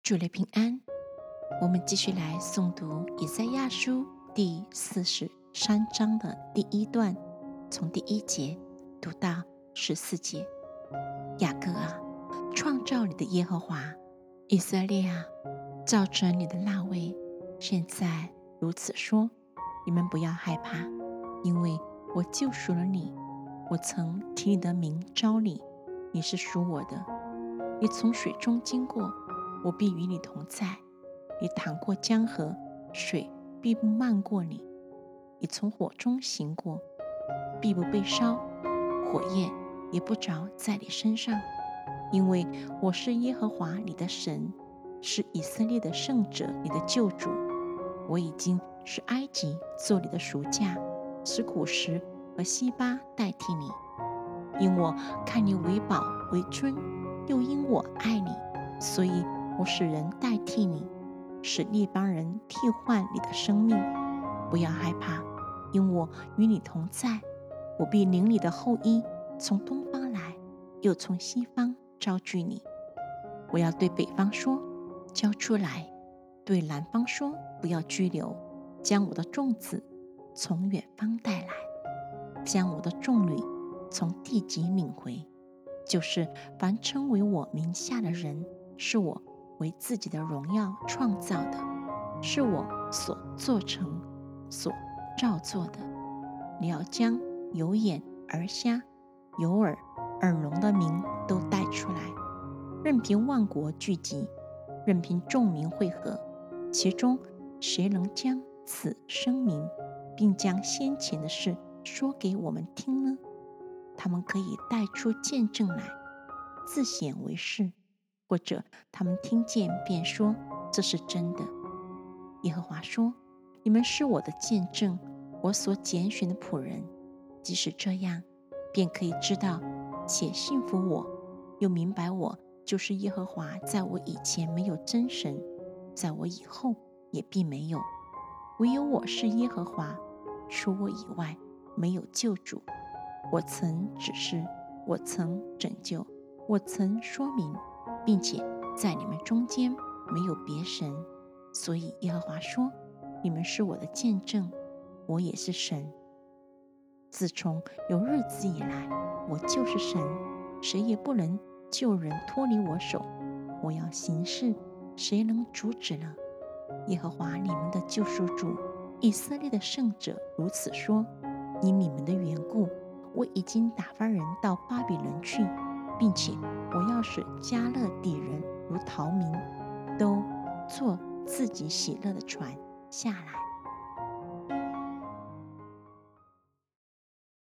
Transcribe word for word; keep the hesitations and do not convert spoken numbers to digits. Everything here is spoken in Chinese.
主内平安，我们继续来诵读以赛亚书第四十三章的第一段，从第一节读到十四节。雅各啊，创造你的耶和华，以色列啊，照着你的那位，现在如此说：你们不要害怕，因为我救赎了你。我曾提你的名招你，你是属我的。你从水中经过，我必与你同在；你淌过江河，水必不漫过你。你从火中行过，必不被烧，火焰也不着在你身上。因为我是耶和华你的神，是以色列的圣者，你的救主。我已经使埃及做你的赎价，使古时和西巴代替你。因我看你为宝为尊，又因我爱你，所以我使人代替你，使列邦人替换你的生命。不要害怕，因我与你同在。我必领你的后裔从东方来，又从西方招聚你。我要对北方说，交出来；对南方说，不要拘留。将我的众子从远方带来，将我的众女从地极领回。就是凡称为我名下的人，是我为自己的荣耀创造的，是我所做成、所造作的。你要将有眼、耳瞎、有耳、耳聋的名都带出来，任凭万国聚集，任凭众民会合，其中谁能将此声明，并将先前的事说给我们听呢？他们可以带出见证来，自显为是，或者他们听见便说这是真的。耶和华说：你们是我的见证，我所拣选的仆人。即使这样，便可以知道且信服我，又明白我就是耶和华，在我以前没有真神，在我以后也必没有。唯有我是耶和华，除我以外没有救主。我曾指示，我曾拯救，我曾说明，并且在你们中间没有别神。所以耶和华说：你们是我的见证，我也是神。自从有日子以来，我就是神，谁也不能救人脱离我手。我要行事，谁能阻止呢？耶和华你们的救赎主，以色列的圣者如此说：因你们的缘故，我已经打发人到巴比伦去，并且我要使迦勒底人如逃民，都坐自己喜乐的船下来。